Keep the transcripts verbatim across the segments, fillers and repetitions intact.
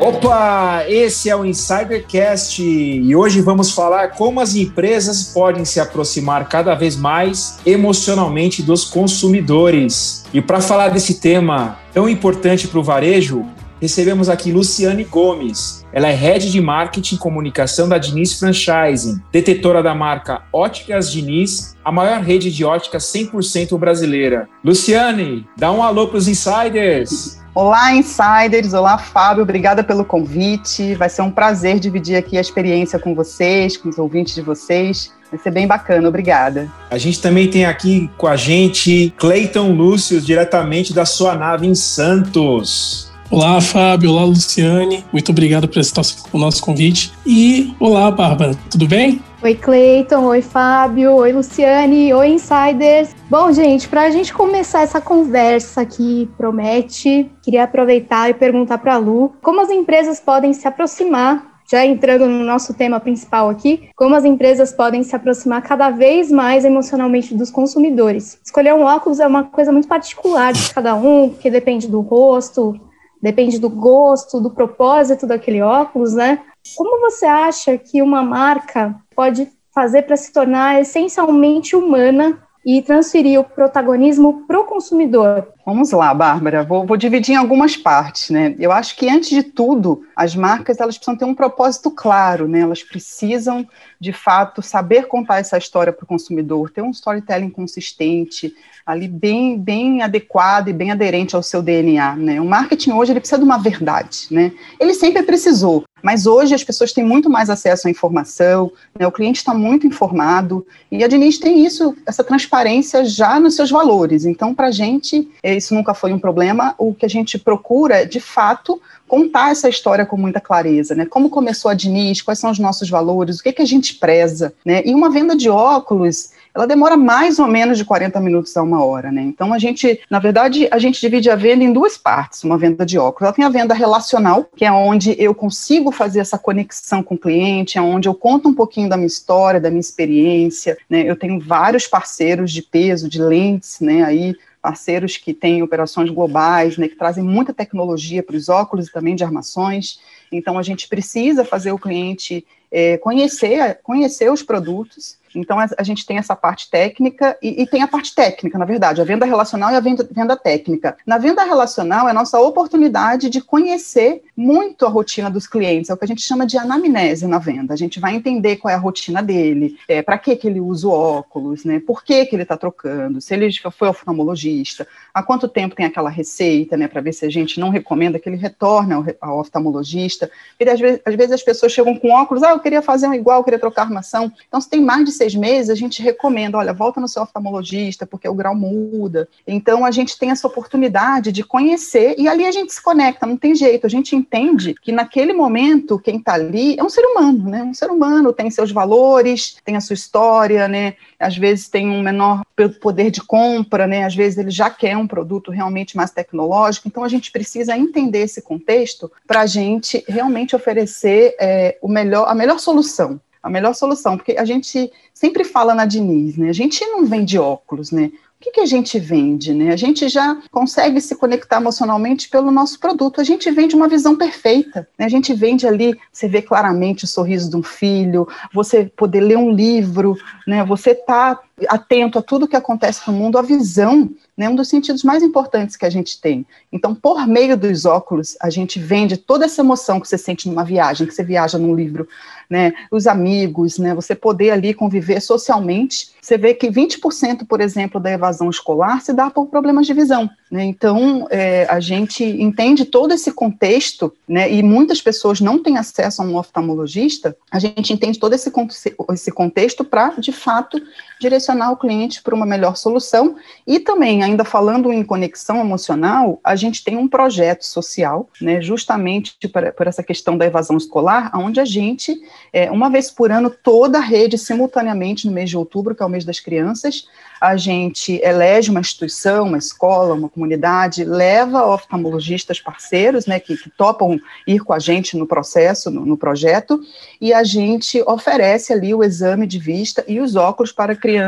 Opa, esse é o InsiderCast e hoje vamos falar como as empresas podem se aproximar cada vez mais emocionalmente dos consumidores. E para falar desse tema tão importante para o varejo, recebemos aqui Luciane Gomes. Ela é Head de Marketing e Comunicação da Diniz Franchising, detetora da marca Óticas Diniz, a maior rede de óticas cem por cento brasileira. Luciane, dá um alô para os insiders. Olá, insiders. Olá, Fábio. Obrigada pelo convite. Vai ser um prazer dividir aqui a experiência com vocês, com os ouvintes de vocês. Vai ser bem bacana. Obrigada. A gente também tem aqui com a gente Cleiton Lúcio, diretamente da sua nave em Santos. Olá, Fábio. Olá, Luciane. Muito obrigado por aceitar o nosso convite. E olá, Bárbara. Tudo bem? Oi, Cleiton. Oi, Fábio. Oi, Luciane. Oi, insiders. Bom, gente, para a gente começar essa conversa que promete, queria aproveitar e perguntar para a Lu como as empresas podem se aproximar, já entrando no nosso tema principal aqui, como as empresas podem se aproximar cada vez mais emocionalmente dos consumidores. Escolher um óculos é uma coisa muito particular de cada um, porque depende do rosto, depende do gosto, do propósito daquele óculos, né? Como você acha que uma marca pode fazer para se tornar essencialmente humana e transferir o protagonismo para o consumidor? Vamos lá, Bárbara. Vou, vou dividir em algumas partes, né? Eu acho que, antes de tudo, as marcas elas precisam ter um propósito claro, né? Elas precisam, de fato, saber contar essa história para o consumidor, ter um storytelling consistente, ali bem, bem adequado e bem aderente ao seu D N A, né? O marketing hoje ele precisa de uma verdade, né? Ele sempre precisou, mas hoje as pessoas têm muito mais acesso à informação, né? O cliente está muito informado e a Diniz tem isso, essa transparência já nos seus valores. Então, para a gente, isso nunca foi um problema. O que a gente procura, de fato, contar essa história com muita clareza, né? Como começou a Diniz, quais são os nossos valores, o que, que a gente preza, né? E uma venda de óculos, ela demora mais ou menos de quarenta minutos a uma hora, né? Então, a gente, na verdade, a gente divide a venda em duas partes, uma venda de óculos. Ela tem a venda relacional, que é onde eu consigo fazer essa conexão com o cliente, é onde eu conto um pouquinho da minha história, da minha experiência, né? Eu tenho vários parceiros de peso, de lentes, né? Aí, parceiros que têm operações globais, né, que trazem muita tecnologia para os óculos e também de armações. Então, a gente precisa fazer o cliente é, conhecer, conhecer os produtos. Então, a, a gente tem essa parte técnica e, e tem a parte técnica, na verdade, a venda relacional e a venda, venda técnica. Na venda relacional é a nossa oportunidade de conhecer muito a rotina dos clientes, é o que a gente chama de anamnese na venda. A gente vai entender qual é a rotina dele, é, para que, que ele usa o óculos, né, por que, que ele está trocando, se ele foi oftalmologista, há quanto tempo tem aquela receita, né, para ver se a gente não recomenda que ele retorne ao, ao oftalmologista. E às vezes, às vezes as pessoas chegam com óculos, ah, eu queria fazer um igual, eu queria trocar armação. Então, se tem mais de seis meses, a gente recomenda, olha, volta no seu oftalmologista, porque o grau muda. Então, a gente tem essa oportunidade de conhecer, e ali a gente se conecta, não tem jeito, a gente entende que naquele momento, quem está ali é um ser humano, né, um ser humano tem seus valores, tem a sua história, né, às vezes tem um menor poder de compra, né, às vezes ele já quer um produto realmente mais tecnológico, então a gente precisa entender esse contexto para a gente realmente oferecer é, o melhor, a melhor solução. A melhor solução, porque a gente sempre fala na Diniz, né? A gente não vende óculos, né? O que, que a gente vende, né? A gente já consegue se conectar emocionalmente pelo nosso produto. A gente vende uma visão perfeita, né? A gente vende ali, você vê claramente o sorriso de um filho, você poder ler um livro, né? Você tá atento a tudo que acontece no mundo, a visão, né, um dos sentidos mais importantes que a gente tem. Então, por meio dos óculos, a gente vende toda essa emoção que você sente numa viagem, que você viaja num livro, né, os amigos, né, você poder ali conviver socialmente. Você vê que vinte por cento, por exemplo, da evasão escolar se dá por problemas de visão, né? Então, é, a gente entende todo esse contexto, né, e muitas pessoas não têm acesso a um oftalmologista, a gente entende todo esse, esse contexto para, de fato, direcionar o cliente para uma melhor solução. E também, ainda falando em conexão emocional, a gente tem um projeto social, né, justamente por, por essa questão da evasão escolar, onde a gente, é, uma vez por ano, toda a rede, simultaneamente, no mês de outubro, que é o mês das crianças, a gente elege uma instituição, uma escola, uma comunidade, leva oftalmologistas parceiros, né, que, que topam ir com a gente no processo, no, no projeto, e a gente oferece ali o exame de vista e os óculos para crianças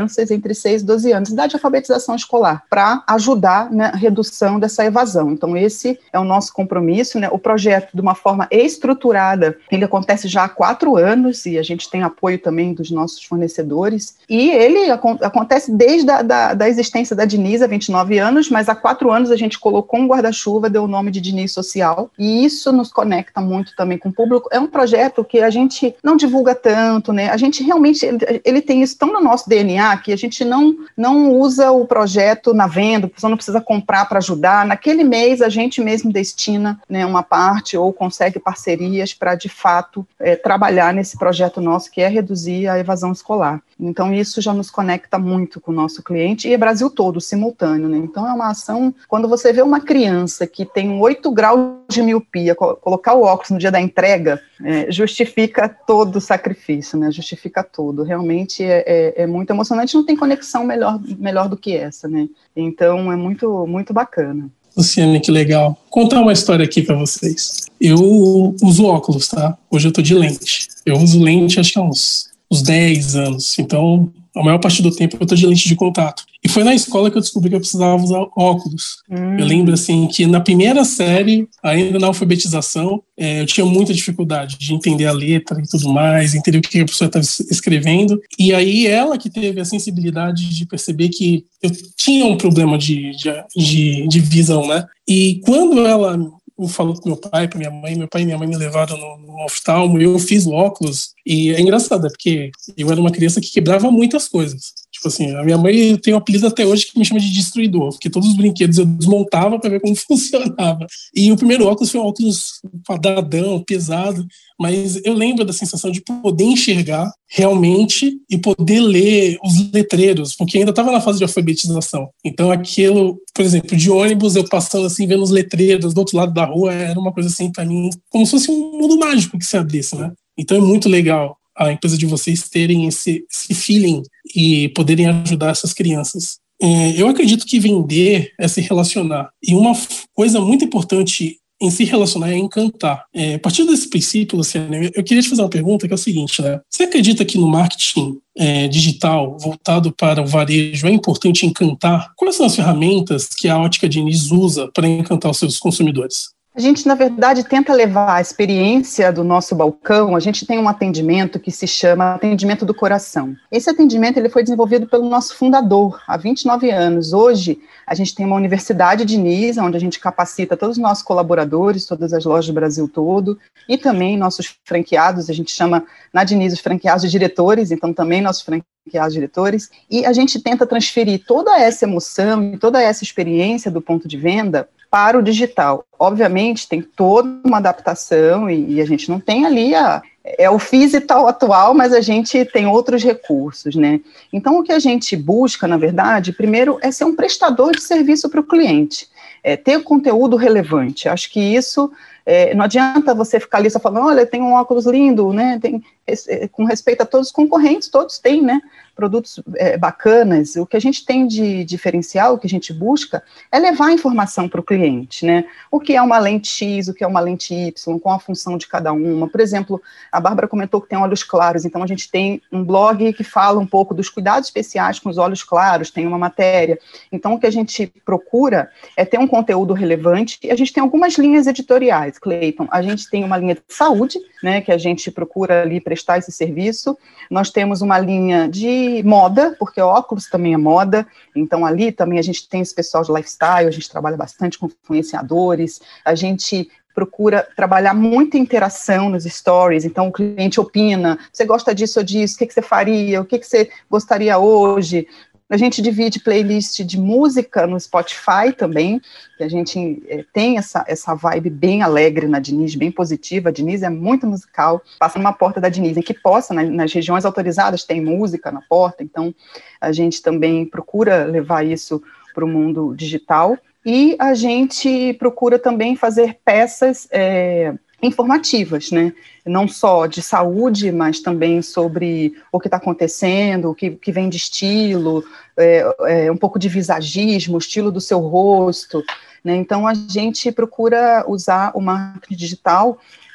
crianças entre seis e doze anos, idade de alfabetização escolar, para ajudar na redução dessa evasão. Então, esse é o nosso compromisso, né? O projeto, de uma forma estruturada, ele acontece já há quatro anos, e a gente tem apoio também dos nossos fornecedores, e ele ac acontece desde a da, da existência da Diniz, há vinte e nove anos, mas há quatro anos a gente colocou um guarda-chuva, deu o nome de Diniz Social, e isso nos conecta muito também com o público. É um projeto que a gente não divulga tanto, né? A gente realmente, ele, ele tem isso tão no nosso D N A, que a gente não, não usa o projeto na venda, a pessoa não precisa comprar para ajudar. Naquele mês, a gente mesmo destina, né, uma parte ou consegue parcerias para, de fato, é, trabalhar nesse projeto nosso, que é reduzir a evasão escolar. Então, isso já nos conecta muito com o nosso cliente, e é Brasil todo, simultâneo, né? Então, é uma ação, quando você vê uma criança que tem oito graus de miopia, co colocar o óculos no dia da entrega, é, justifica todo o sacrifício, né? Justifica tudo. Realmente é, é, é muito emocionante, não tem conexão melhor, melhor do que essa, né? Então, é muito, muito bacana. Luciane, que legal. Vou contar uma história aqui para vocês. Eu uso óculos, tá? Hoje eu tô de lente. Eu uso lente acho que há uns, uns dez anos. Então, a maior parte do tempo eu tô de lente de contato. E foi na escola que eu descobri que eu precisava usar óculos. Hum. Eu lembro, assim, que na primeira série, ainda na alfabetização, é, eu tinha muita dificuldade de entender a letra e tudo mais, entender o que a pessoa estava escrevendo. E aí ela que teve a sensibilidade de perceber que eu tinha um problema de, de, de, de visão, né? E quando ela falou pro meu pai, pra minha mãe, meu pai e minha mãe me levaram no, no oftalmo, eu fiz o óculos, e é engraçado, é porque eu era uma criança que quebrava muitas coisas. Tipo assim, a minha mãe tem um apelido até hoje que me chama de destruidor, porque todos os brinquedos eu desmontava para ver como funcionava. E o primeiro óculos foi um óculos quadradão, pesado, mas eu lembro da sensação de poder enxergar realmente e poder ler os letreiros, porque ainda estava na fase de alfabetização. Então aquilo, por exemplo, de ônibus, eu passando assim, vendo os letreiros do outro lado da rua, era uma coisa assim para mim, como se fosse um mundo mágico que se abrisse, né? Então é muito legal a empresa de vocês terem esse, esse feeling e poderem ajudar essas crianças. É, eu acredito que vender é se relacionar. E uma coisa muito importante em se relacionar é encantar. É, a partir desse princípio, Luciane, eu queria te fazer uma pergunta que é o seguinte, né? Você acredita que no marketing é, digital voltado para o varejo é importante encantar? Quais são as ferramentas que a Ótica Diniz usa para encantar os seus consumidores? A gente, na verdade, tenta levar a experiência do nosso balcão. A gente tem um atendimento que se chama atendimento do coração. Esse atendimento ele foi desenvolvido pelo nosso fundador há vinte e nove anos. Hoje, a gente tem uma Universidade Diniz, onde a gente capacita todos os nossos colaboradores, todas as lojas do Brasil todo, e também nossos franqueados. A gente chama na Diniz os franqueados de diretores, então também nossos franqueados diretores, e a gente tenta transferir toda essa emoção e toda essa experiência do ponto de venda para o digital. Obviamente, tem toda uma adaptação e, e a gente não tem ali a, é o digital atual, mas a gente tem outros recursos, né? Então, o que a gente busca, na verdade, primeiro é ser um prestador de serviço para o cliente, é, ter conteúdo relevante. Acho que isso, é, não adianta você ficar ali só falando, olha, tem um óculos lindo, né? Tem, é, com respeito a todos os concorrentes, todos têm, né? Produtos é, bacanas. O que a gente tem de diferencial, o que a gente busca, é levar a informação para o cliente, né? O que é uma lente X, o que é uma lente Y, qual a função de cada uma. Por exemplo, a Bárbara comentou que tem olhos claros, então a gente tem um blog que fala um pouco dos cuidados especiais com os olhos claros, tem uma matéria. Então, o que a gente procura é ter um conteúdo relevante, e a gente tem algumas linhas editoriais, Cleiton. A gente tem uma linha de saúde, né, que a gente procura ali prestar esse serviço. Nós temos uma linha de moda, porque óculos também é moda, então ali também a gente tem esse pessoal de lifestyle, a gente trabalha bastante com influenciadores, a gente procura trabalhar muita interação nos stories, então o cliente opina, você gosta disso ou disso, o que, que você faria, o que, que você gostaria hoje. A gente divide playlist de música no Spotify também, que a gente é, tem essa, essa vibe bem alegre na Diniz, bem positiva. A Diniz é muito musical, passa numa porta da Diniz, em que possa, na, nas regiões autorizadas tem música na porta, então a gente também procura levar isso para o mundo digital, e a gente procura também fazer peças é, informativas, né? Não só de saúde, mas também sobre o que está acontecendo, o que, que vem de estilo, é, é, um pouco de visagismo, o estilo do seu rosto, né? Então, a gente procura usar o marketing digital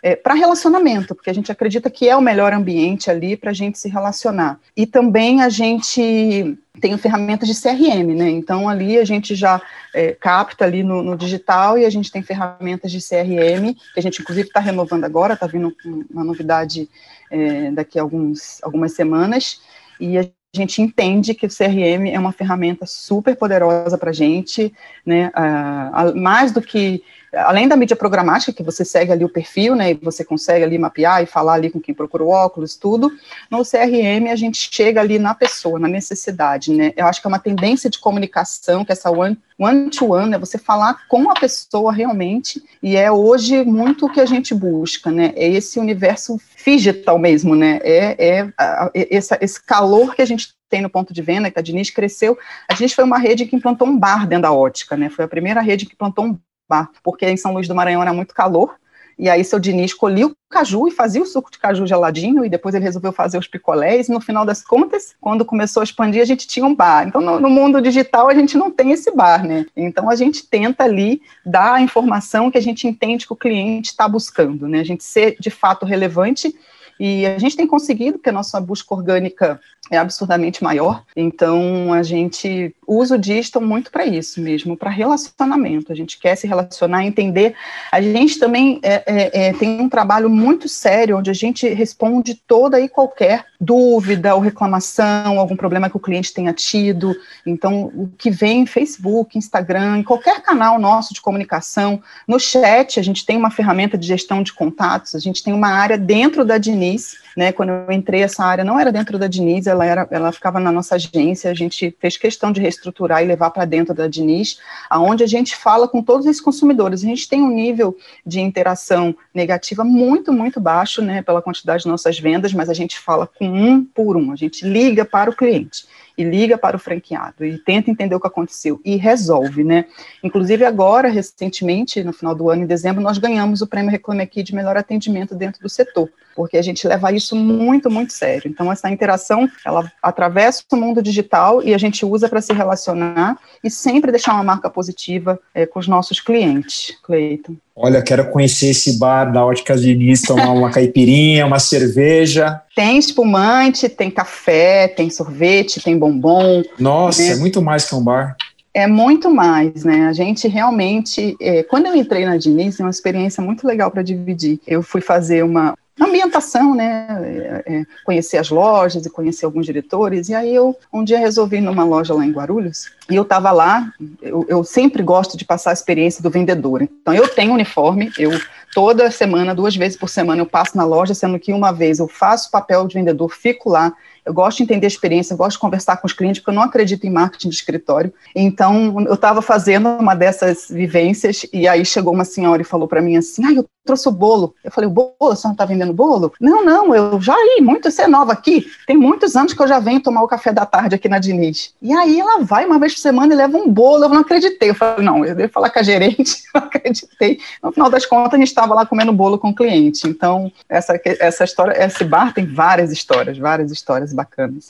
é, para relacionamento, porque a gente acredita que é o melhor ambiente ali para a gente se relacionar. E também a gente tem ferramentas de C R M, né? Então ali a gente já é, capta ali no, no digital e a gente tem ferramentas de C R M, que a gente inclusive está renovando agora, está vindo uma novidade é, daqui a alguns, algumas semanas, e a A gente entende que o C R M é uma ferramenta super poderosa para a gente, né, uh, mais do que, além da mídia programática, que você segue ali o perfil, né, e você consegue ali mapear e falar ali com quem procura o óculos, tudo, no C R M a gente chega ali na pessoa, na necessidade, né, eu acho que é uma tendência de comunicação, que essa one, one to one, né, você falar com a pessoa realmente, e é hoje muito o que a gente busca, né, é esse universo digital mesmo, né, é, é, é essa, esse calor que a gente tem no ponto de venda, que a Diniz cresceu. A Diniz foi uma rede que implantou um bar dentro da ótica, né, foi a primeira rede que implantou um bar, porque em São Luís do Maranhão era muito calor, e aí seu Diniz colhia o caju e fazia o suco de caju geladinho, e depois ele resolveu fazer os picolés, e no final das contas, quando começou a expandir, a gente tinha um bar. Então, no, no mundo digital, a gente não tem esse bar, né? Então, a gente tenta ali dar a informação que a gente entende que o cliente está buscando, né? A gente ser, de fato, relevante, e a gente tem conseguido, porque a nossa busca orgânica é absurdamente maior, então a gente usa o digital muito para isso mesmo, para relacionamento, a gente quer se relacionar, entender, a gente também é, é, é, tem um trabalho muito sério, onde a gente responde toda e qualquer dúvida ou reclamação, algum problema que o cliente tenha tido, então o que vem em Facebook, Instagram, em qualquer canal nosso de comunicação, no chat, a gente tem uma ferramenta de gestão de contatos, a gente tem uma área dentro da Diniz, né, quando eu entrei, essa área não era dentro da Diniz, ela, era, ela ficava na nossa agência, a gente fez questão de reestruturar e levar para dentro da Diniz, aonde a gente fala com todos esses consumidores, a gente tem um nível de interação negativa muito, muito baixo, né, pela quantidade de nossas vendas, mas a gente fala com um por um, a gente liga para o cliente, e liga para o franqueado, e tenta entender o que aconteceu, e resolve, né, inclusive agora, recentemente, no final do ano, em dezembro, nós ganhamos o prêmio Reclame Aqui de melhor atendimento dentro do setor, porque a gente leva isso muito, muito sério, então essa interação, ela atravessa o mundo digital, e a gente usa para se relacionar, e sempre deixar uma marca positiva é, com os nossos clientes, Cleiton. Olha, quero conhecer esse bar da Óticas Diniz, tomar uma caipirinha, uma cerveja. Tem espumante, tem café, tem sorvete, tem bombom. Nossa, né? É muito mais que um bar. É muito mais, né? A gente realmente... É, quando eu entrei na Diniz, é uma experiência muito legal para dividir. Eu fui fazer uma ambientação, né? É, é, conhecer as lojas e conhecer alguns diretores. E aí eu, um dia, resolvi ir numa loja lá em Guarulhos. E eu estava lá, eu, eu sempre gosto de passar a experiência do vendedor. Então, eu tenho uniforme, eu... Toda semana, duas vezes por semana, eu passo na loja, sendo que uma vez eu faço papel de vendedor, fico lá, eu gosto de entender a experiência, eu gosto de conversar com os clientes, porque eu não acredito em marketing de escritório. Então, eu estava fazendo uma dessas vivências, e aí chegou uma senhora e falou para mim assim, ah, eu trouxe o bolo. Eu falei, o bolo? A senhora está vendendo bolo? Não, não, eu já ia, muito, você é nova aqui, tem muitos anos que eu já venho tomar o café da tarde aqui na Diniz. E aí ela vai uma vez por semana e leva um bolo, eu não acreditei. Eu falei, não, eu devo falar com a gerente, eu não acreditei. No final das contas, a gente estava lá comendo bolo com o cliente. Então, essa, essa história, esse bar tem várias histórias, várias histórias bacanas.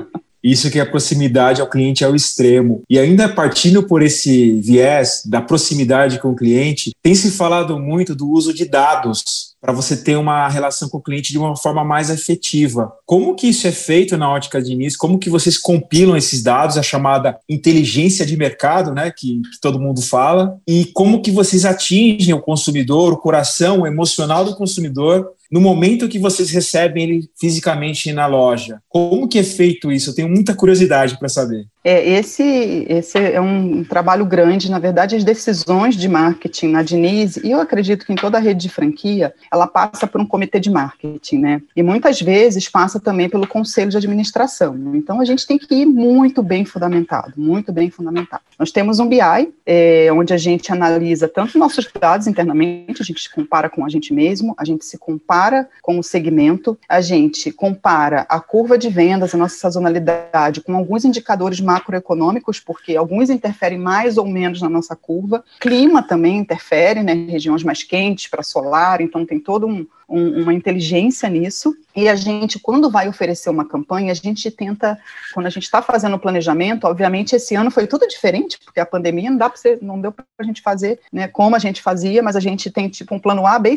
Isso que é a proximidade ao cliente ao extremo. E ainda partindo por esse viés da proximidade com o cliente, tem se falado muito do uso de dados para você ter uma relação com o cliente de uma forma mais efetiva. Como que isso é feito na Ótica Diniz? Como que vocês compilam esses dados, a chamada inteligência de mercado, né, que, que todo mundo fala? E como que vocês atingem o consumidor, o coração, o emocional do consumidor, no momento que vocês recebem ele fisicamente na loja? Como que é feito isso? Eu tenho muita curiosidade para saber. É, esse, esse é um trabalho grande. Na verdade, as decisões de marketing na Diniz, e eu acredito que em toda a rede de franquia, ela passa por um comitê de marketing, né? E muitas vezes passa também pelo conselho de administração. Então, a gente tem que ir muito bem fundamentado, muito bem fundamentado. Nós temos um B I, é, onde a gente analisa tanto nossos dados internamente, a gente se compara com a gente mesmo, a gente se compara com o segmento, a gente compara a curva de vendas, a nossa sazonalidade, com alguns indicadores macroeconômicos, porque alguns interferem mais ou menos na nossa curva. Clima também interfere, né? Regiões mais quentes para solar, então tem toda um, um, uma inteligência nisso. E a gente, quando vai oferecer uma campanha, a gente tenta, quando a gente está fazendo o planejamento, obviamente esse ano foi tudo diferente, porque a pandemia não dá para você, não deu para a gente fazer, né, como a gente fazia, mas a gente tem tipo um plano A, B e C.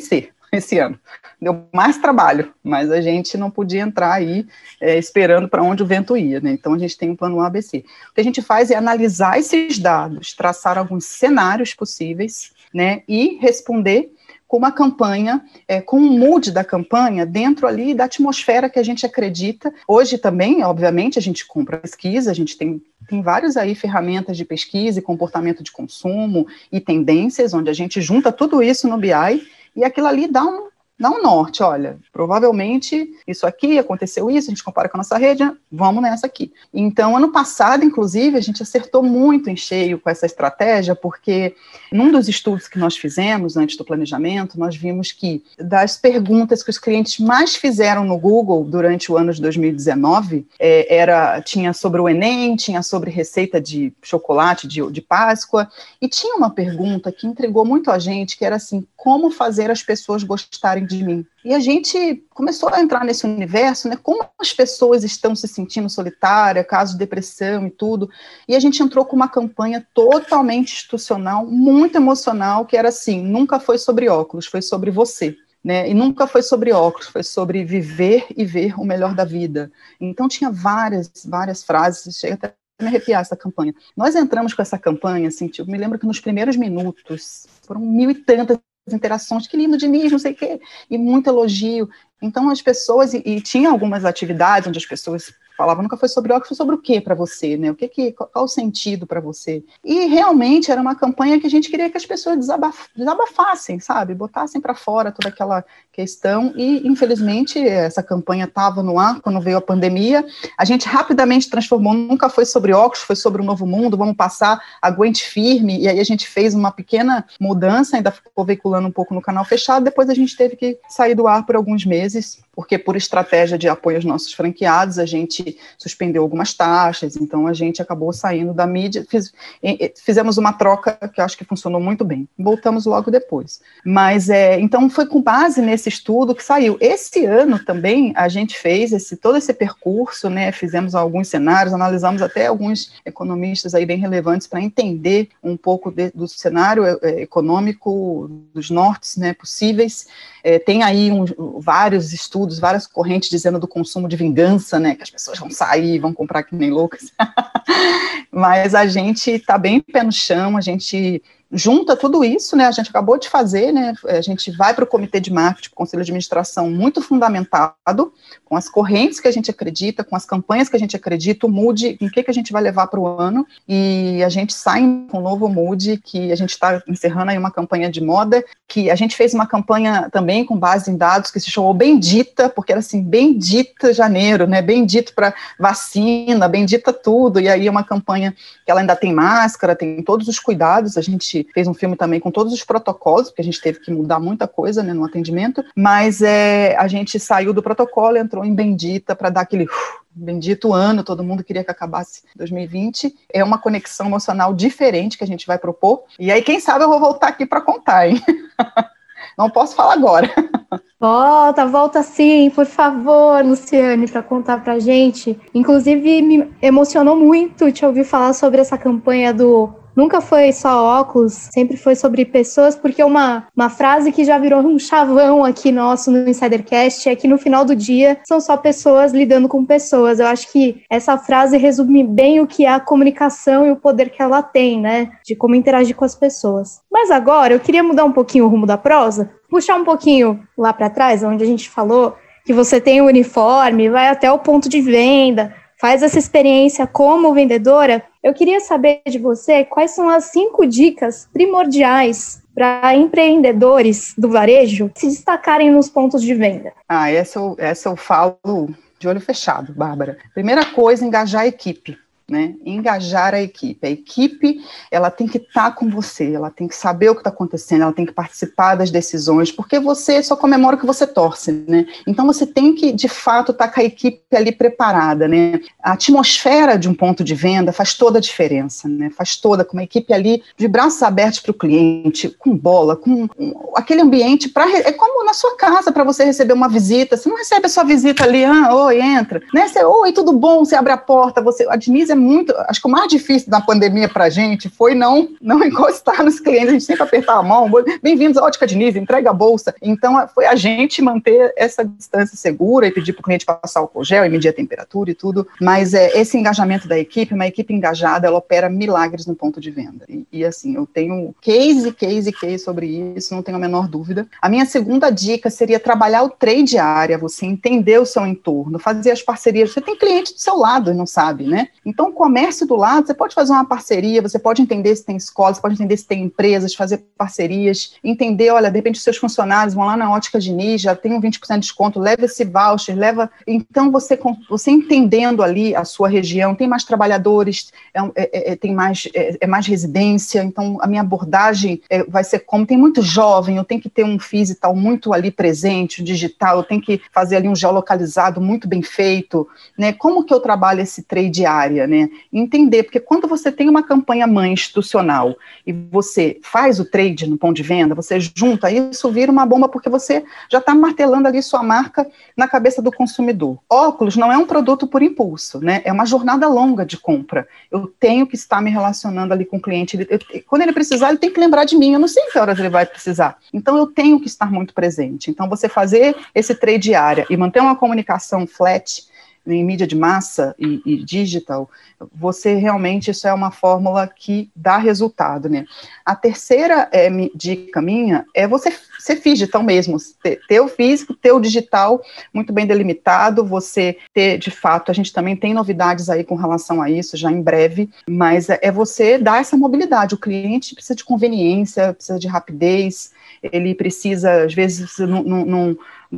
esse ano. Deu mais trabalho, mas a gente não podia entrar aí é, esperando para onde o vento ia, né? Então a gente tem um plano A B C. O que a gente faz é analisar esses dados, traçar alguns cenários possíveis, né? E responder com uma campanha, é, com um mood da campanha dentro ali da atmosfera que a gente acredita. Hoje também, obviamente, a gente compra pesquisa, a gente tem, tem várias aí ferramentas de pesquisa e comportamento de consumo e tendências, onde a gente junta tudo isso no B I e aquilo ali dá um, dá um norte, olha, provavelmente isso aqui, aconteceu isso, a gente compara com a nossa rede, vamos nessa aqui. Então, ano passado, inclusive, a gente acertou muito em cheio com essa estratégia, porque num dos estudos que nós fizemos antes do planejamento, nós vimos que das perguntas que os clientes mais fizeram no Google durante o ano de dois mil e dezenove, é, era, tinha sobre o Enem, tinha sobre receita de chocolate de, de Páscoa, e tinha uma pergunta que intrigou muito a gente, que era assim, como fazer as pessoas gostarem de mim? E a gente começou a entrar nesse universo, né, como as pessoas estão se sentindo solitárias, casos de depressão e tudo, e a gente entrou com uma campanha totalmente institucional, muito emocional, que era assim, nunca foi sobre óculos, foi sobre você. Né, e nunca foi sobre óculos, foi sobre viver e ver o melhor da vida. Então tinha várias, várias frases, chega até a me arrepiar essa campanha. Nós entramos com essa campanha, assim, tipo, me lembro que nos primeiros minutos, foram mil e tantas interações, que lindo, Diniz, não sei o quê, e muito elogio. Então as pessoas, e, e tinha algumas atividades onde as pessoas falavam, nunca foi sobre óculos, foi sobre o que para você, né? O que que, qual, qual o sentido para você? E realmente era uma campanha que a gente queria que as pessoas desabaf, desabafassem, sabe? Botassem para fora toda aquela questão, e infelizmente essa campanha estava no ar quando veio a pandemia, a gente rapidamente transformou, nunca foi sobre óculos, foi sobre o novo mundo, vamos passar, aguente firme, e aí a gente fez uma pequena mudança, ainda ficou veiculando um pouco no canal fechado, depois a gente teve que sair do ar por alguns meses, porque por estratégia de apoio aos nossos franqueados, a gente suspendeu algumas taxas, então a gente acabou saindo da mídia, fiz, fizemos uma troca que eu acho que funcionou muito bem, voltamos logo depois. Mas, é, então foi com base nesse estudo que saiu. Esse ano também a gente fez esse, todo esse percurso, né, fizemos alguns cenários, analisamos até alguns economistas aí bem relevantes para entender um pouco de, do cenário é, econômico, dos nortes, né, possíveis. É, tem aí um, vários estudos, várias correntes dizendo do consumo de vingança, né, que as pessoas vão sair, vão comprar que nem loucas, mas a gente está bem pé no chão, a gente junta tudo isso, né, a gente acabou de fazer, né, a gente vai para o comitê de marketing, para o conselho de administração muito fundamentado, com as correntes que a gente acredita, com as campanhas que a gente acredita, o mood, em que, que a gente vai levar para o ano, e a gente sai com um novo mood, que a gente está encerrando aí uma campanha de moda, que a gente fez uma campanha também com base em dados, que se chamou Bendita, porque era assim, Bendita Janeiro, né, Bendito para vacina, Bendita tudo, e aí é uma campanha que ela ainda tem máscara, tem todos os cuidados, a gente fez um filme também com todos os protocolos, porque a gente teve que mudar muita coisa, né, no atendimento, mas é, a gente saiu do protocolo, entrou em Bendita para dar aquele uh, bendito ano, todo mundo queria que acabasse dois mil e vinte, é uma conexão emocional diferente que a gente vai propor, e aí quem sabe eu vou voltar aqui para contar, hein? Não posso falar agora. Volta, volta sim, por favor, Luciane, para contar pra gente. Inclusive, me emocionou muito te ouvir falar sobre essa campanha do Nunca Foi Só Óculos, sempre foi sobre pessoas, porque uma, uma frase que já virou um chavão aqui nosso no InsiderCast é que no final do dia são só pessoas lidando com pessoas. Eu acho que essa frase resume bem o que é a comunicação e o poder que ela tem, né, de como interagir com as pessoas. Mas agora eu queria mudar um pouquinho o rumo da prosa, puxar um pouquinho lá para trás, onde a gente falou que você tem o uniforme, vai até o ponto de venda, faz essa experiência como vendedora. Eu queria saber de você quais são as cinco dicas primordiais para empreendedores do varejo se destacarem nos pontos de venda. Ah, essa eu, essa eu falo de olho fechado, Bárbara. Primeira coisa, engajar a equipe. Né, engajar a equipe. A equipe, ela tem que estar com você, ela tem que saber o que está acontecendo, ela tem que participar das decisões, porque você só comemora o que você torce, né? Então você tem que, de fato, estar com a equipe ali preparada, né? A atmosfera de um ponto de venda faz toda a diferença, né? Faz toda, com uma equipe ali de braços abertos para o cliente, com bola, com um, aquele ambiente, pra, é como na sua casa para você receber uma visita. Você não recebe a sua visita ali, ah, oi, entra. Né? Você, oi, tudo bom? Você abre a porta. Você... A Diniz é muito... Acho que o mais difícil da pandemia para a gente foi não, não encostar nos clientes. A gente sempre apertar a mão. Bem-vindos à Ótica Diniz, entrega a bolsa. Então, foi a gente manter essa distância segura e pedir para o cliente passar álcool gel e medir a temperatura e tudo. Mas é, esse engajamento da equipe, uma equipe engajada, ela opera milagres no ponto de venda. E, e assim, eu tenho case, case, case sobre isso, não tenho a menor dúvida. A minha segunda dica seria trabalhar o trade área, você entender o seu entorno, fazer as parcerias. Você tem cliente do seu lado e não sabe, né? Então, o comércio do lado, você pode fazer uma parceria, você pode entender se tem escola, você pode entender se tem empresas, fazer parcerias, entender, olha, de repente os seus funcionários vão lá na Ótica Diniz, já tem um vinte por cento de desconto, leva esse voucher, leva... Então, você, você entendendo ali a sua região, tem mais trabalhadores, é, é, é, tem mais, é, é mais residência, então a minha abordagem é, vai ser como, tem muito jovem, eu tenho que ter um physical muito ali presente, o digital, eu tenho que fazer ali um geolocalizado muito bem feito, né? Como que eu trabalho esse trade área, né? Entender, porque quando você tem uma campanha mãe institucional e você faz o trade no ponto de venda, você junta, isso vira uma bomba porque você já está martelando ali sua marca na cabeça do consumidor. Óculos não é um produto por impulso, né? É uma jornada longa de compra. Eu tenho que estar me relacionando ali com o cliente. Ele, eu, quando ele precisar, ele tem que lembrar de mim. Eu não sei que horas ele vai precisar. Então, eu tenho que estar muito presente. Então, você fazer esse trade área e manter uma comunicação flat em mídia de massa e, e digital, você realmente, isso é uma fórmula que dá resultado, né? A terceira é, dica minha é você ser digital mesmo, ter, ter o físico, ter o digital muito bem delimitado, você ter, de fato, a gente também tem novidades aí com relação a isso, já em breve, mas é, é você dar essa mobilidade. O cliente precisa de conveniência, precisa de rapidez, ele precisa, às vezes, não, não, não,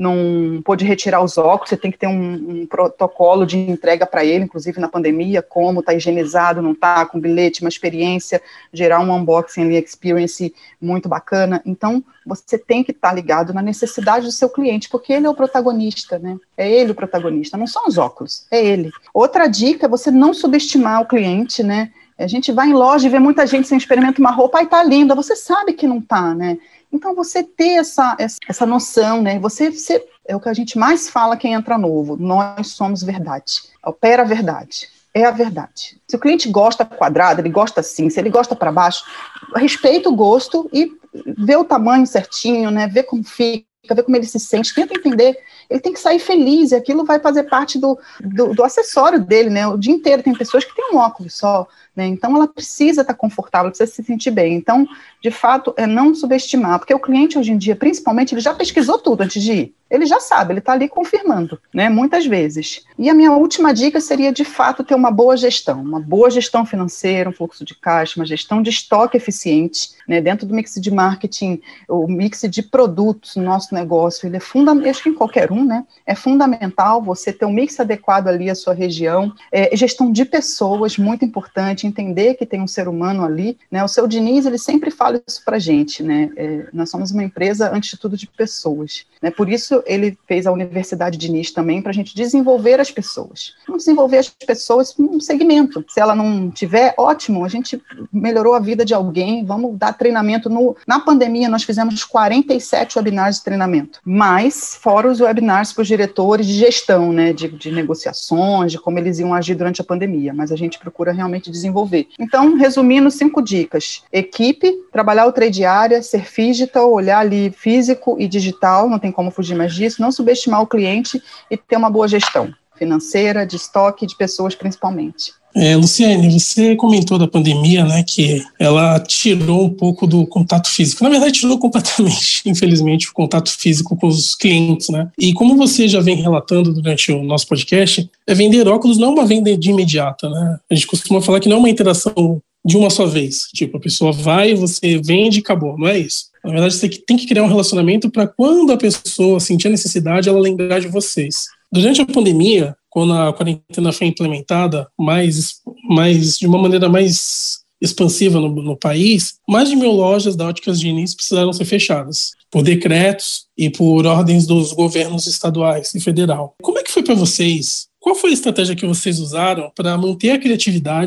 não pode retirar os óculos, você tem que ter um, um protocolo de entrega para ele, inclusive na pandemia, como está higienizado, não está, com bilhete, uma experiência, gerar um unboxing ali, experience muito bacana. Então, você tem que estar tá ligado na necessidade do seu cliente, porque ele é o protagonista, né? É ele o protagonista, não são os óculos, é ele. Outra dica é você não subestimar o cliente, né? A gente vai em loja e vê muita gente sem experimenta uma roupa, ai, tá linda, você sabe que não tá, né? Então, você ter essa, essa noção, né? Você, você é o que a gente mais fala quem entra novo. Nós somos verdade. Opera a verdade. É a verdade. Se o cliente gosta quadrado, ele gosta assim. Se ele gosta para baixo, respeita o gosto e vê o tamanho certinho, né? Vê como fica, vê como ele se sente. Tenta entender. Ele tem que sair feliz e aquilo vai fazer parte do, do, do acessório dele, né? O dia inteiro tem pessoas que têm um óculos só, né? Então ela precisa estar confortável, precisa se sentir bem. Então, de fato, é não subestimar, porque o cliente hoje em dia, principalmente, ele já pesquisou tudo antes de ir. Ele já sabe, ele está ali confirmando, né? Muitas vezes. E a minha última dica seria, de fato, ter uma boa gestão, uma boa gestão financeira, um fluxo de caixa, uma gestão de estoque eficiente, né? Dentro do mix de marketing, o mix de produtos no nosso negócio, ele é fundamental, acho que em qualquer um, né? É fundamental você ter um mix adequado ali à sua região, é, gestão de pessoas, muito importante, entender que tem um ser humano ali, né? O seu Diniz, ele sempre fala isso pra gente, né? É, nós somos uma empresa, antes de tudo, de pessoas, né? Por isso, ele fez a Universidade Diniz também, para a gente desenvolver as pessoas. Vamos desenvolver as pessoas num segmento. Se ela não tiver, ótimo, a gente melhorou a vida de alguém, vamos dar treinamento. No, na pandemia, nós fizemos quarenta e sete webinars de treinamento, mas fora os webinars para os diretores de gestão, né, de, de negociações, de como eles iam agir durante a pandemia, mas a gente procura realmente desenvolver. Então, resumindo, cinco dicas. Equipe, trabalhar o trade área, ser digital, olhar ali físico e digital, não tem como fugir mais disso, não subestimar o cliente e ter uma boa gestão financeira, de estoque, de pessoas principalmente. É, Luciane, você comentou da pandemia, né, que ela tirou um pouco do contato físico. Na verdade, tirou completamente, infelizmente, o contato físico com os clientes, né? E como você já vem relatando durante o nosso podcast, é vender óculos não é uma venda de imediata, né? A gente costuma falar que não é uma interação de uma só vez. Tipo, a pessoa vai, você vende e acabou. Não é isso. Na verdade, você tem que criar um relacionamento para quando a pessoa sentir a necessidade, ela lembrar de vocês. Durante a pandemia, quando a quarentena foi implementada mais, mais, de uma maneira mais expansiva no, no país, mais de mil lojas da Óticas Diniz precisaram ser fechadas por decretos e por ordens dos governos estaduais e federal. Como é que foi para vocês? Qual foi a estratégia que vocês usaram para manter a criatividade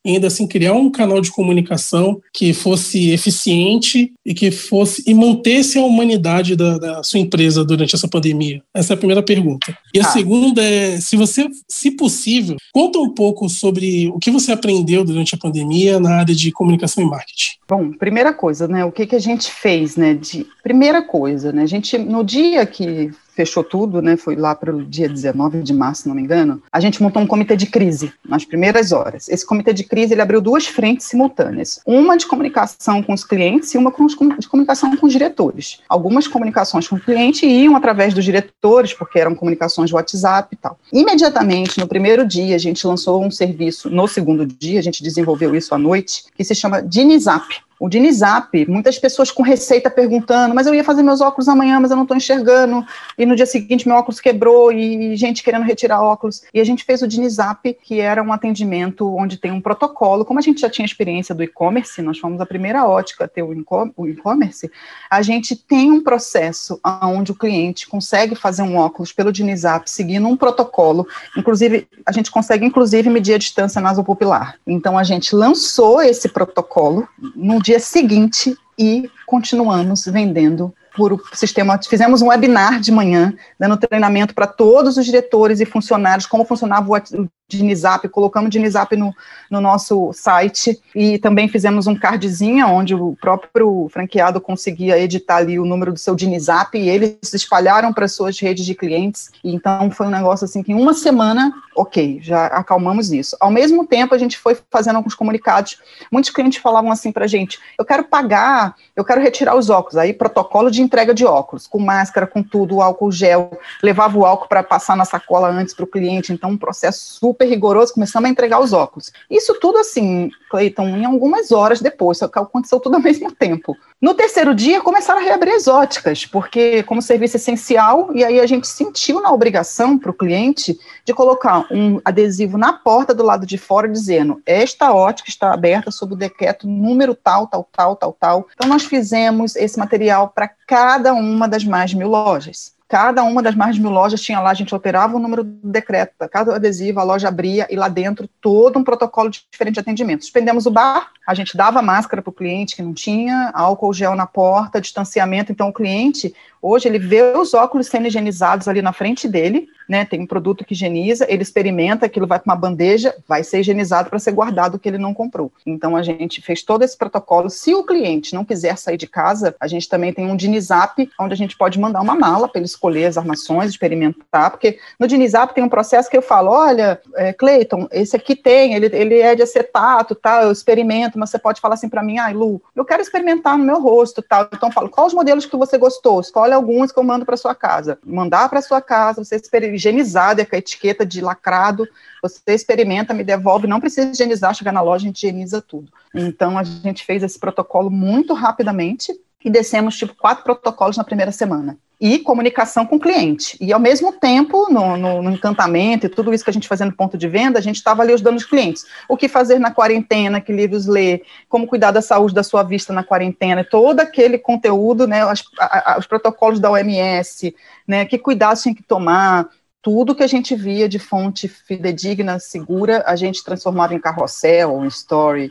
e ainda assim criar um canal de comunicação que fosse eficiente e que fosse e mantesse a humanidade da, da sua empresa durante essa pandemia? Essa é a primeira pergunta. E a ah. segunda é, se você, se possível, conta um pouco sobre o que você aprendeu durante a pandemia na área de comunicação e marketing. Bom, primeira coisa, né, o que, que a gente fez, né, de, primeira coisa, né, a gente, no dia que fechou tudo, né, foi lá para o dia dezenove de março, se não me engano, a gente montou um comitê de crise nas primeiras horas. Esse comitê de crise, ele abriu duas frentes simultâneas, uma de comunicação com os clientes e uma de comunicação com os diretores. Algumas comunicações com o cliente iam através dos diretores, porque eram comunicações de WhatsApp e tal. Imediatamente, no primeiro dia, a gente lançou um serviço, no segundo dia, a gente desenvolveu isso à noite, que se chama Dinizap. O Dinizap, muitas pessoas com receita perguntando, mas eu ia fazer meus óculos amanhã, mas eu não estou enxergando, e no dia seguinte meu óculos quebrou, e gente querendo retirar óculos, e a gente fez o Dinizap, que era um atendimento onde tem um protocolo, como a gente já tinha experiência do e-commerce, nós fomos a primeira ótica a ter o e-commerce, a gente tem um processo onde o cliente consegue fazer um óculos pelo Dinizap, seguindo um protocolo, inclusive, a gente consegue inclusive medir a distância nasopupilar. Então a gente lançou esse protocolo no dia seguinte e continuamos vendendo por o sistema. Fizemos um webinar de manhã, dando treinamento para todos os diretores e funcionários, como funcionava o Dinizap, colocamos o Dinizap no, no nosso site, e também fizemos um cardzinho onde o próprio franqueado conseguia editar ali o número do seu Dinizap, e eles espalharam para suas redes de clientes. E então foi um negócio assim que em uma semana, ok, já acalmamos isso. Ao mesmo tempo, a gente foi fazendo alguns comunicados. Muitos clientes falavam assim para a gente, eu quero pagar, eu quero retirar os óculos. Aí protocolo de entrega de óculos, com máscara, com tudo, álcool gel, levava o álcool para passar na sacola antes para o cliente, então um processo super super rigoroso, começamos a entregar os óculos. Isso tudo assim, Cleiton, em algumas horas depois, só que aconteceu tudo ao mesmo tempo. No terceiro dia, começaram a reabrir as óticas, porque como serviço essencial, e aí a gente sentiu na obrigação para o cliente de colocar um adesivo na porta do lado de fora, dizendo, esta ótica está aberta sob o decreto número tal, tal, tal, tal, tal. Então nós fizemos esse material para cada uma das mais de mil lojas. Cada uma das mais de mil lojas tinha lá, a gente alterava o número do decreto, cada adesivo, a loja abria, e lá dentro todo um protocolo diferente de atendimento. Suspendemos o bar, a gente dava máscara para o cliente que não tinha, álcool gel na porta, distanciamento. Então o cliente, hoje, ele vê os óculos sendo higienizados ali na frente dele, né, tem um produto que higieniza, ele experimenta, aquilo vai para uma bandeja, vai ser higienizado para ser guardado o que ele não comprou. Então a gente fez todo esse protocolo. Se o cliente não quiser sair de casa, a gente também tem um Dinizap, onde a gente pode mandar uma mala para ele escolher as armações, experimentar, porque no Dinizap tem um processo que eu falo, olha, é, Cleiton, esse aqui tem, ele, ele é de acetato, tal, eu experimento, mas você pode falar assim para mim, ai, Lu, eu quero experimentar no meu rosto, tal. Então eu falo, quais os modelos que você gostou? Escolhe alguns que eu mando para sua casa. Mandar para sua casa, você experimenta, higienizado, com a etiqueta de lacrado, você experimenta, me devolve, não precisa higienizar, chegar na loja, a gente higieniza tudo. Então, a gente fez esse protocolo muito rapidamente e descemos, tipo, quatro protocolos na primeira semana. E comunicação com o cliente. E, ao mesmo tempo, no, no, no encantamento e tudo isso que a gente fazia no ponto de venda, a gente estava ali ajudando os clientes. O que fazer na quarentena, que livros ler, como cuidar da saúde da sua vista na quarentena, todo aquele conteúdo, né, as, a, a, os protocolos da O M S, né, que cuidados tinha que tomar. Tudo que a gente via de fonte fidedigna, segura, a gente transformava em carrossel, em story,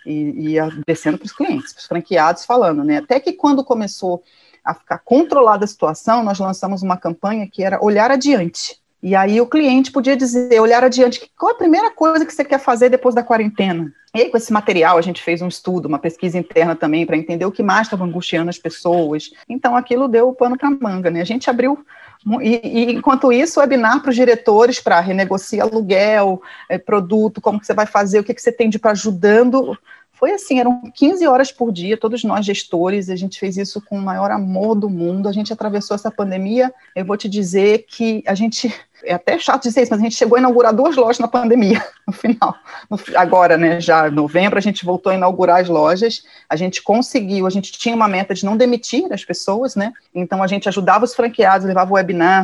e ia descendo para os clientes, para os franqueados, falando, né? Até que quando começou a ficar controlada a situação, nós lançamos uma campanha que era olhar adiante. E aí o cliente podia dizer, olhar adiante, qual é a primeira coisa que você quer fazer depois da quarentena? E aí, com esse material, a gente fez um estudo, uma pesquisa interna também, para entender o que mais estava angustiando as pessoas. Então, aquilo deu pano para manga, né? A gente abriu, e, e enquanto isso, webinar para os diretores, para renegociar aluguel, é, produto, como que você vai fazer, o que, que você tem de para ajudando. Foi assim, eram quinze horas por dia, todos nós gestores, a gente fez isso com o maior amor do mundo, a gente atravessou essa pandemia, eu vou te dizer que a gente, é até chato dizer isso, mas a gente chegou a inaugurar duas lojas na pandemia, no final, no, agora, né, já em novembro, a gente voltou a inaugurar as lojas, a gente conseguiu, a gente tinha uma meta de não demitir as pessoas, né, então a gente ajudava os franqueados, levava o webinar,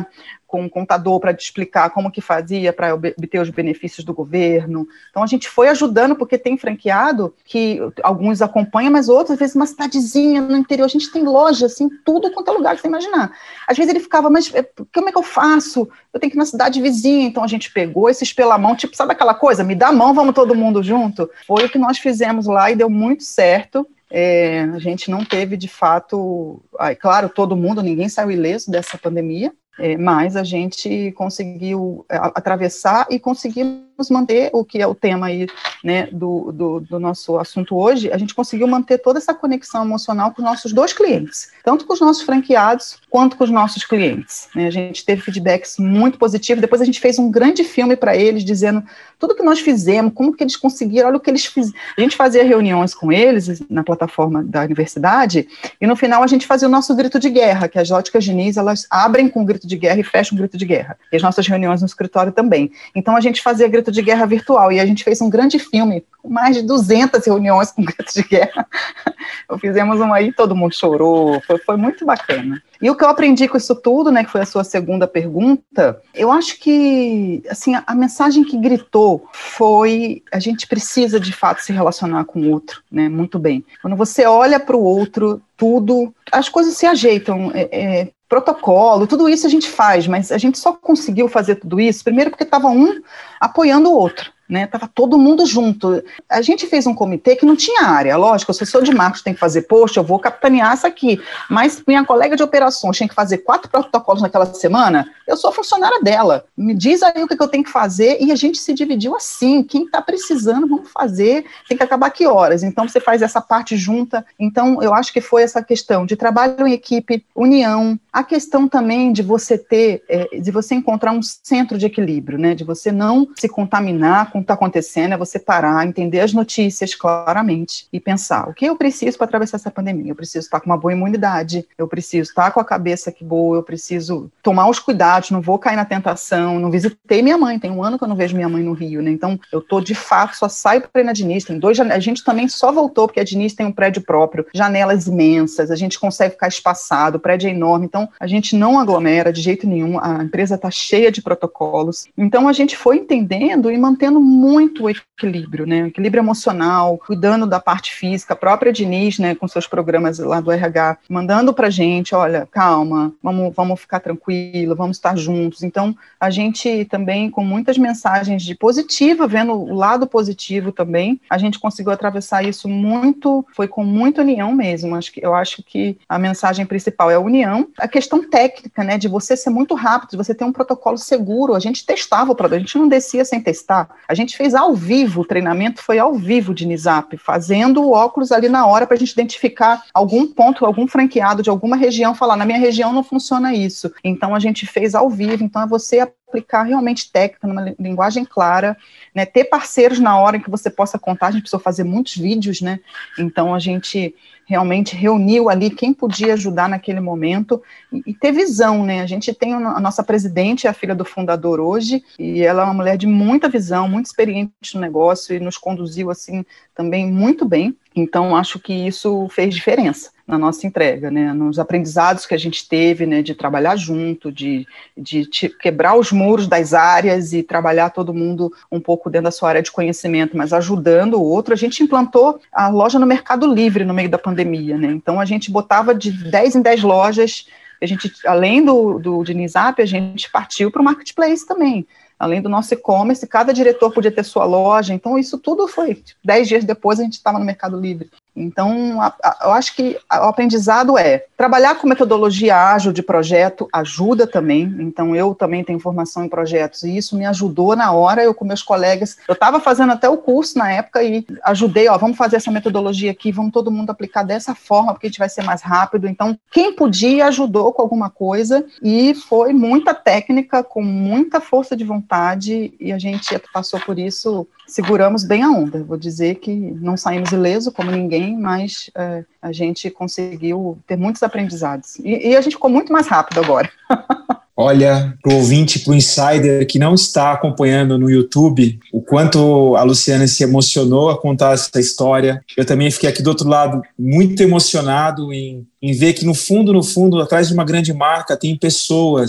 com um contador para te explicar como que fazia para obter os benefícios do governo. Então a gente foi ajudando, porque tem franqueado que alguns acompanham, mas outros, às vezes, uma cidadezinha no interior, a gente tem loja, assim, tudo quanto é lugar que você imaginar. Às vezes ele ficava, mas como é que eu faço? Eu tenho que ir na cidade vizinha. Então a gente pegou esses pela mão, tipo, sabe aquela coisa? Me dá a mão, vamos todo mundo junto. Foi o que nós fizemos lá e deu muito certo. É, a gente não teve, de fato, ah, claro, todo mundo, ninguém saiu ileso dessa pandemia, é, mas a gente conseguiu atravessar e conseguimos manter o que é o tema aí, né, do, do, do nosso assunto hoje. A gente conseguiu manter toda essa conexão emocional com os nossos dois clientes, tanto com os nossos franqueados quanto com os nossos clientes, né? A gente teve feedbacks muito positivos. Depois a gente fez um grande filme para eles, dizendo tudo que nós fizemos, como que eles conseguiram, olha o que eles fizeram. A gente fazia reuniões com eles na plataforma da universidade, e no final a gente fazia o nosso grito de guerra, que as óticas Diniz, elas abrem com grito de guerra e fecham com grito de guerra. E as nossas reuniões no escritório também. Então a gente fazia grito de guerra virtual, e a gente fez um grande filme, com mais de duzentas reuniões com grito de guerra. Fizemos uma aí, todo mundo chorou, foi, foi muito bacana. E o que eu aprendi com isso tudo, né, que foi a sua segunda pergunta, eu acho que, assim, a, a mensagem que gritou foi: a gente precisa, de fato, se relacionar com o outro, né, muito bem. Quando você olha para o outro, tudo, as coisas se ajeitam, é, é, protocolo, tudo isso a gente faz, mas a gente só conseguiu fazer tudo isso, primeiro porque estava um apoiando o outro, né? Tava todo mundo junto. A gente fez um comitê que não tinha área, lógico, se eu sou de marketing, tem que fazer post, eu vou capitanear isso aqui, mas minha colega de operações tinha que fazer quatro protocolos naquela semana, eu sou funcionária dela, me diz aí o que eu tenho que fazer, e a gente se dividiu assim, quem está precisando, vamos fazer, tem que acabar que horas, então você faz essa parte junta. Então eu acho que foi essa questão de trabalho em equipe, união, a questão também de você ter, é, de você encontrar um centro de equilíbrio, né, de você não se contaminar com o que está acontecendo, é você parar, entender as notícias claramente e pensar, o que eu preciso para atravessar essa pandemia? Eu preciso estar com uma boa imunidade, eu preciso estar com a cabeça que boa, eu preciso tomar os cuidados, não vou cair na tentação, não visitei minha mãe, tem um ano que eu não vejo minha mãe no Rio, né, então eu tô de fato, só saio para ir na Diniz, tem dois, a gente também só voltou, porque a Diniz tem um prédio próprio, janelas imensas, a gente consegue ficar espaçado, o prédio é enorme, então a gente não aglomera de jeito nenhum, a empresa está cheia de protocolos, então a gente foi entendendo e mantendo muito o equilíbrio, né, o equilíbrio emocional, cuidando da parte física, a própria Diniz, né, com seus programas lá do R H, mandando pra gente, olha, calma, vamos, vamos ficar tranquilo, vamos estar juntos. Então, a gente também, com muitas mensagens de positiva, vendo o lado positivo também, a gente conseguiu atravessar isso muito, foi com muita união mesmo. Acho que, eu acho que a mensagem principal é a união, a questão técnica, né, de você ser muito rápido, de você ter um protocolo seguro. A gente testava o produto, a gente não descia sem testar, a gente fez ao vivo, o treinamento foi ao vivo de Nizap, fazendo o óculos ali na hora para a gente identificar algum ponto, algum franqueado de alguma região, falar, na minha região não funciona isso, então a gente fez ao vivo. Então é você aplicar realmente técnica, numa linguagem clara, né, ter parceiros na hora em que você possa contar. A gente precisou fazer muitos vídeos, né, então a gente realmente reuniu ali quem podia ajudar naquele momento e, e ter visão, né, a gente tem a nossa presidente, a filha do fundador hoje, e ela é uma mulher de muita visão, muito experiente no negócio e nos conduziu assim também muito bem. Então, acho que isso fez diferença na nossa entrega, né, nos aprendizados que a gente teve, né, de trabalhar junto, de, de quebrar os muros das áreas e trabalhar todo mundo um pouco dentro da sua área de conhecimento, mas ajudando o outro. A gente implantou a loja no Mercado Livre no meio da pandemia, né, então a gente botava de dez em dez lojas, a gente, além do, do de Nizap, a gente partiu para o Marketplace também. Além do nosso e-commerce, cada diretor podia ter sua loja, então isso tudo foi, tipo, dez dias depois a gente estava no Mercado Livre. Então, a, a, eu acho que o aprendizado é trabalhar com metodologia ágil de projeto ajuda também. Então, eu também tenho formação em projetos e isso me ajudou na hora. Eu com meus colegas, eu estava fazendo até o curso na época e ajudei, ó, vamos fazer essa metodologia aqui, vamos todo mundo aplicar dessa forma, porque a gente vai ser mais rápido. Então, quem podia ajudou com alguma coisa e foi muita técnica, com muita força de vontade, e a gente passou por isso, seguramos bem a onda. Vou dizer que não saímos ileso como ninguém, mas é, a gente conseguiu ter muitos aprendizados. E, e a gente ficou muito mais rápido agora. Olha, para o ouvinte, para o insider que não está acompanhando no YouTube, o quanto a Luciana se emocionou a contar essa história. Eu também fiquei aqui do outro lado muito emocionado em, em ver que no fundo, no fundo, atrás de uma grande marca tem pessoas,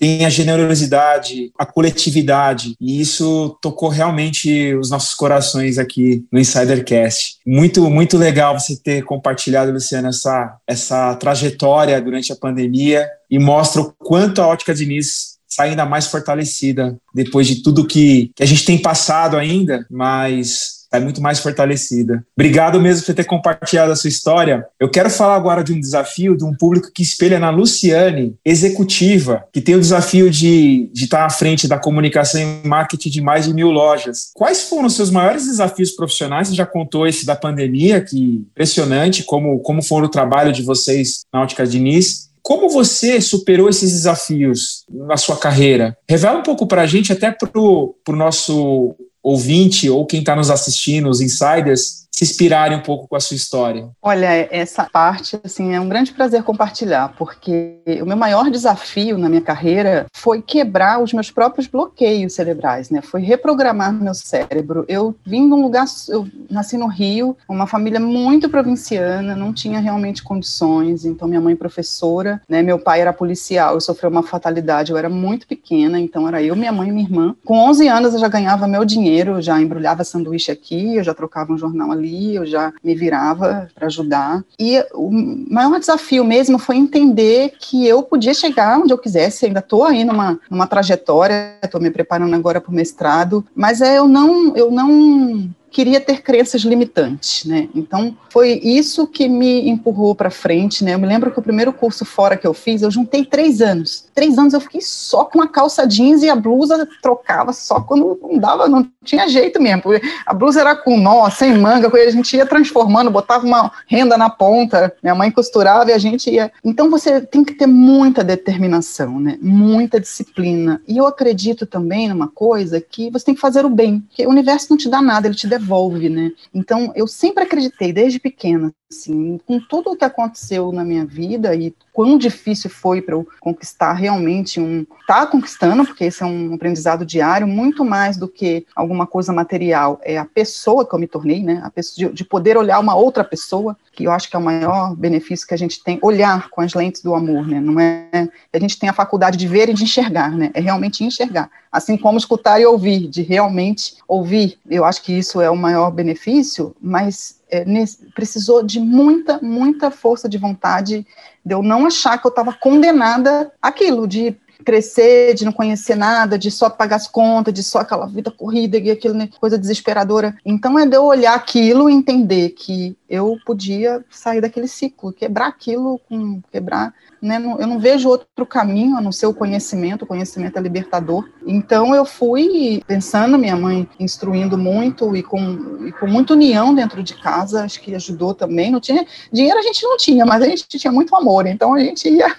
tem a generosidade, a coletividade, e isso tocou realmente os nossos corações aqui no InsiderCast. Muito, muito legal você ter compartilhado, Luciana, essa, essa trajetória durante a pandemia e mostra o quanto a Ótica Diniz sai ainda mais fortalecida depois de tudo que, que a gente tem passado ainda, mas é muito mais fortalecida. Obrigado mesmo por ter compartilhado a sua história. Eu quero falar agora de um desafio de um público que espelha na Luciane, executiva, que tem o desafio de, de estar à frente da comunicação e marketing de mais de mil lojas. Quais foram os seus maiores desafios profissionais? Você já contou esse da pandemia, que impressionante, como, como foi o trabalho de vocês na Ótica Diniz. Como você superou esses desafios na sua carreira? Revela um pouco para a gente, até para o nosso ouvinte ou quem está nos assistindo, os insiders, se inspirarem um pouco com a sua história. Olha, essa parte, assim, é um grande prazer compartilhar, porque o meu maior desafio na minha carreira foi quebrar os meus próprios bloqueios cerebrais, né? Foi reprogramar meu cérebro. Eu vim de um lugar, eu nasci no Rio, uma família muito provinciana, não tinha realmente condições, então minha mãe professora, né? Meu pai era policial, eu sofri uma fatalidade, eu era muito pequena, então era eu, minha mãe e minha irmã. Com onze anos eu já ganhava meu dinheiro, eu já embrulhava sanduíche aqui, eu já trocava um jornal ali, eu já me virava para ajudar. E o maior desafio mesmo foi entender que eu podia chegar onde eu quisesse, ainda estou aí numa, numa trajetória, estou me preparando agora para o mestrado, mas é, eu não... Eu não queria ter crenças limitantes, né? Então, foi isso que me empurrou para frente, né? Eu me lembro que o primeiro curso fora que eu fiz, eu juntei três anos. Três anos eu fiquei só com a calça jeans e a blusa trocava só quando não dava, não tinha jeito mesmo. A blusa era com nó, sem manga, a gente ia transformando, botava uma renda na ponta, minha mãe costurava e a gente ia... Então, você tem que ter muita determinação, né? Muita disciplina. E eu acredito também numa coisa que você tem que fazer o bem, porque o universo não te dá nada, ele te devolve. Devolve, né? Então, eu sempre acreditei, desde pequena, assim, com tudo o que aconteceu na minha vida e quão difícil foi para eu conquistar realmente um... Tá conquistando, porque esse é um aprendizado diário, muito mais do que alguma coisa material. É a pessoa que eu me tornei, né? A pessoa, de, de poder olhar uma outra pessoa, que eu acho que é o maior benefício que a gente tem, olhar com as lentes do amor, né? Não é... A gente tem a faculdade de ver e de enxergar, né? É realmente enxergar. Assim como escutar e ouvir, de realmente ouvir. Eu acho que isso é o maior benefício, mas é, nesse, precisou de muita, muita força de vontade de eu não achar que eu estava condenada àquilo, de crescer, de não conhecer nada, de só pagar as contas, de só aquela vida corrida e aquilo, né, coisa desesperadora. Então é de eu olhar aquilo e entender que eu podia sair daquele ciclo, quebrar aquilo, com, quebrar, né, não, eu não vejo outro caminho a não ser o conhecimento, o conhecimento é libertador. Então eu fui pensando, minha mãe instruindo muito e com, e com muita união dentro de casa, acho que ajudou também. Não tinha, dinheiro a gente não tinha, mas a gente tinha muito amor, então a gente ia...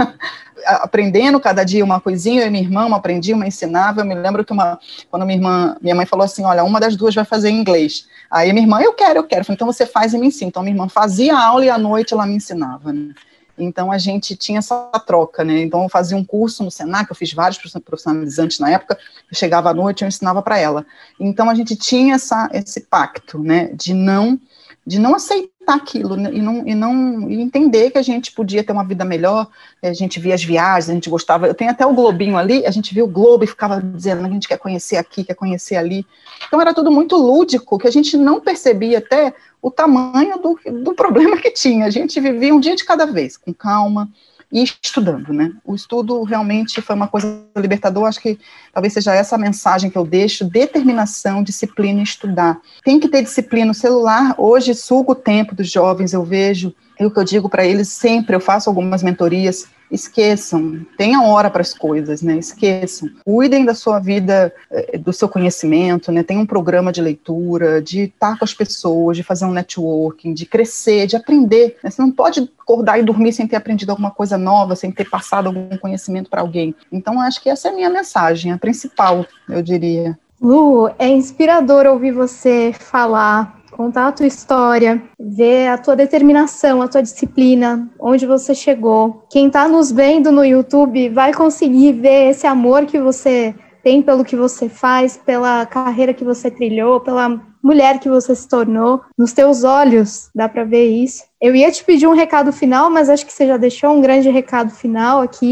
aprendendo cada dia uma coisinha, eu e minha irmã, uma aprendia, uma ensinava. Eu me lembro que uma, quando minha irmã, minha mãe falou assim, olha, uma das duas vai fazer inglês. Aí minha irmã, eu quero, eu quero. Eu falei, então você faz e me ensina. Então minha irmã fazia a aula e à noite ela me ensinava, né? Então a gente tinha essa troca, né? Então eu fazia um curso no Senac, eu fiz vários profissionalizantes na época, eu chegava à noite e eu ensinava para ela. Então a gente tinha essa, esse pacto, né? De não, de não aceitar aquilo, né? e, não, e não e entender que a gente podia ter uma vida melhor. A gente via as viagens, a gente gostava, eu tenho até o globinho ali, a gente via o globo e ficava dizendo, a gente quer conhecer aqui, quer conhecer ali, então era tudo muito lúdico, que a gente não percebia até o tamanho do, do problema que tinha. A gente vivia um dia de cada vez, com calma, e estudando, né? O estudo realmente foi uma coisa libertadora, acho que talvez seja essa a mensagem que eu deixo, determinação, disciplina e estudar. Tem que ter disciplina. O celular hoje suga o tempo dos jovens, eu vejo, e o que eu digo para eles sempre, eu faço algumas mentorias, esqueçam, tenham hora para as coisas, né? Esqueçam, cuidem da sua vida, do seu conhecimento, né? Tem um programa de leitura, de estar com as pessoas, de fazer um networking, de crescer, de aprender, né? Você não pode acordar e dormir sem ter aprendido alguma coisa nova, sem ter passado algum conhecimento para alguém. Então, acho que essa é a minha mensagem, a principal, eu diria. Lu, é inspirador ouvir você falar, contar a tua história, ver a tua determinação, a tua disciplina, onde você chegou. Quem está nos vendo no YouTube vai conseguir ver esse amor que você tem pelo que você faz, pela carreira que você trilhou, pela mulher que você se tornou. Nos teus olhos dá para ver isso. Eu ia te pedir um recado final, mas acho que você já deixou um grande recado final aqui.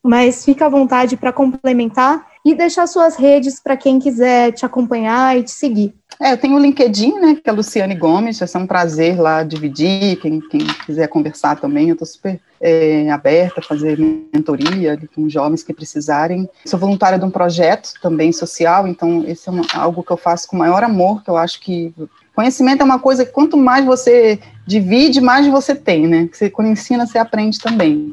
mas fica à vontade para complementar e deixar suas redes para quem quiser te acompanhar e te seguir. É, eu tenho o LinkedIn, né, que é a Luciane Gomes, vai ser um prazer lá dividir, quem, quem quiser conversar também, eu estou super é, aberta a fazer mentoria com jovens que precisarem. Sou voluntária de um projeto também social, então esse é uma, algo que eu faço com o maior amor, que eu acho que conhecimento é uma coisa que quanto mais você divide, mais você tem, né, que você, quando ensina, você aprende também.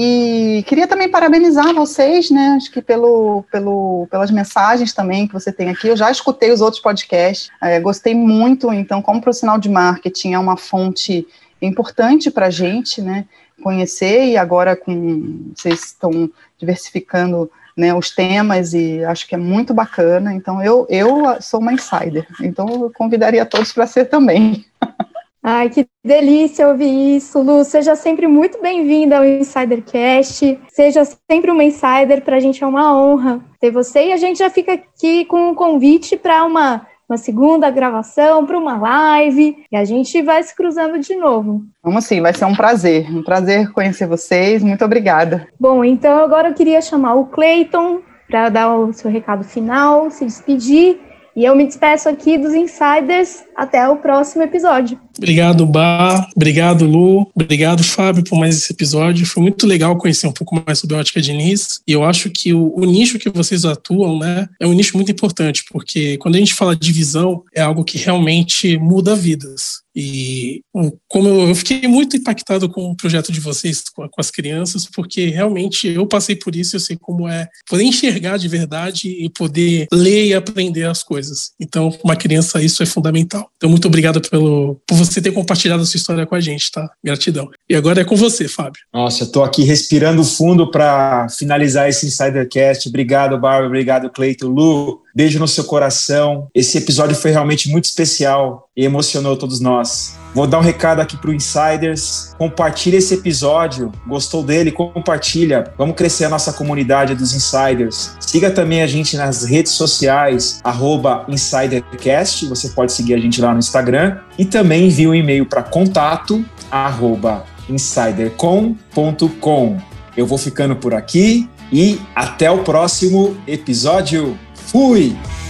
E queria também parabenizar vocês, né, acho que pelo, pelo, pelas mensagens também que você tem aqui. Eu já escutei os outros podcasts, é, gostei muito, então, como profissional de marketing é uma fonte importante para a gente, né, conhecer, e agora com, vocês estão diversificando, né, os temas, e acho que é muito bacana. Então, eu, eu sou uma insider, então eu convidaria todos para ser também. Ai, que delícia ouvir isso, Lu. Seja sempre muito bem-vinda ao InsiderCast. Seja sempre uma insider, para a gente é uma honra ter você. E a gente já fica aqui com um convite para uma, uma segunda gravação, para uma live. E a gente vai se cruzando de novo. Vamos sim, vai ser um prazer. Um prazer conhecer vocês. Muito obrigada. Bom, então agora eu queria chamar o Cleiton para dar o seu recado final, se despedir. E eu me despeço aqui dos Insiders. Até o próximo episódio. Obrigado, Bá. Obrigado, Lu. Obrigado, Fábio, por mais esse episódio. Foi muito legal conhecer um pouco mais sobre a Ótica Diniz. E eu acho que o, o nicho que vocês atuam, né, é um nicho muito importante, porque quando a gente fala de visão, é algo que realmente muda vidas. E como eu, eu fiquei muito impactado com o projeto de vocês, com, com as crianças, porque realmente eu passei por isso, eu sei como é poder enxergar de verdade e poder ler e aprender as coisas. Então, para uma criança, isso é fundamental. Então, muito obrigado pelo, por você ter compartilhado a sua história com a gente, tá? Gratidão. E agora é com você, Fábio. Nossa, eu tô aqui respirando fundo para finalizar esse InsiderCast. Obrigado, Bárbara. Obrigado, Cleiton. Lu, beijo no seu coração. Esse episódio foi realmente muito especial e emocionou todos nós. Vou dar um recado aqui para o Insiders. Compartilha esse episódio. Gostou dele? Compartilha. Vamos crescer a nossa comunidade dos Insiders. Siga também a gente nas redes sociais, arroba InsiderCast. Você pode seguir a gente lá no Instagram. E também envie um e-mail para contato, arroba insidercom ponto com. Eu vou ficando por aqui e até o próximo episódio. Fui!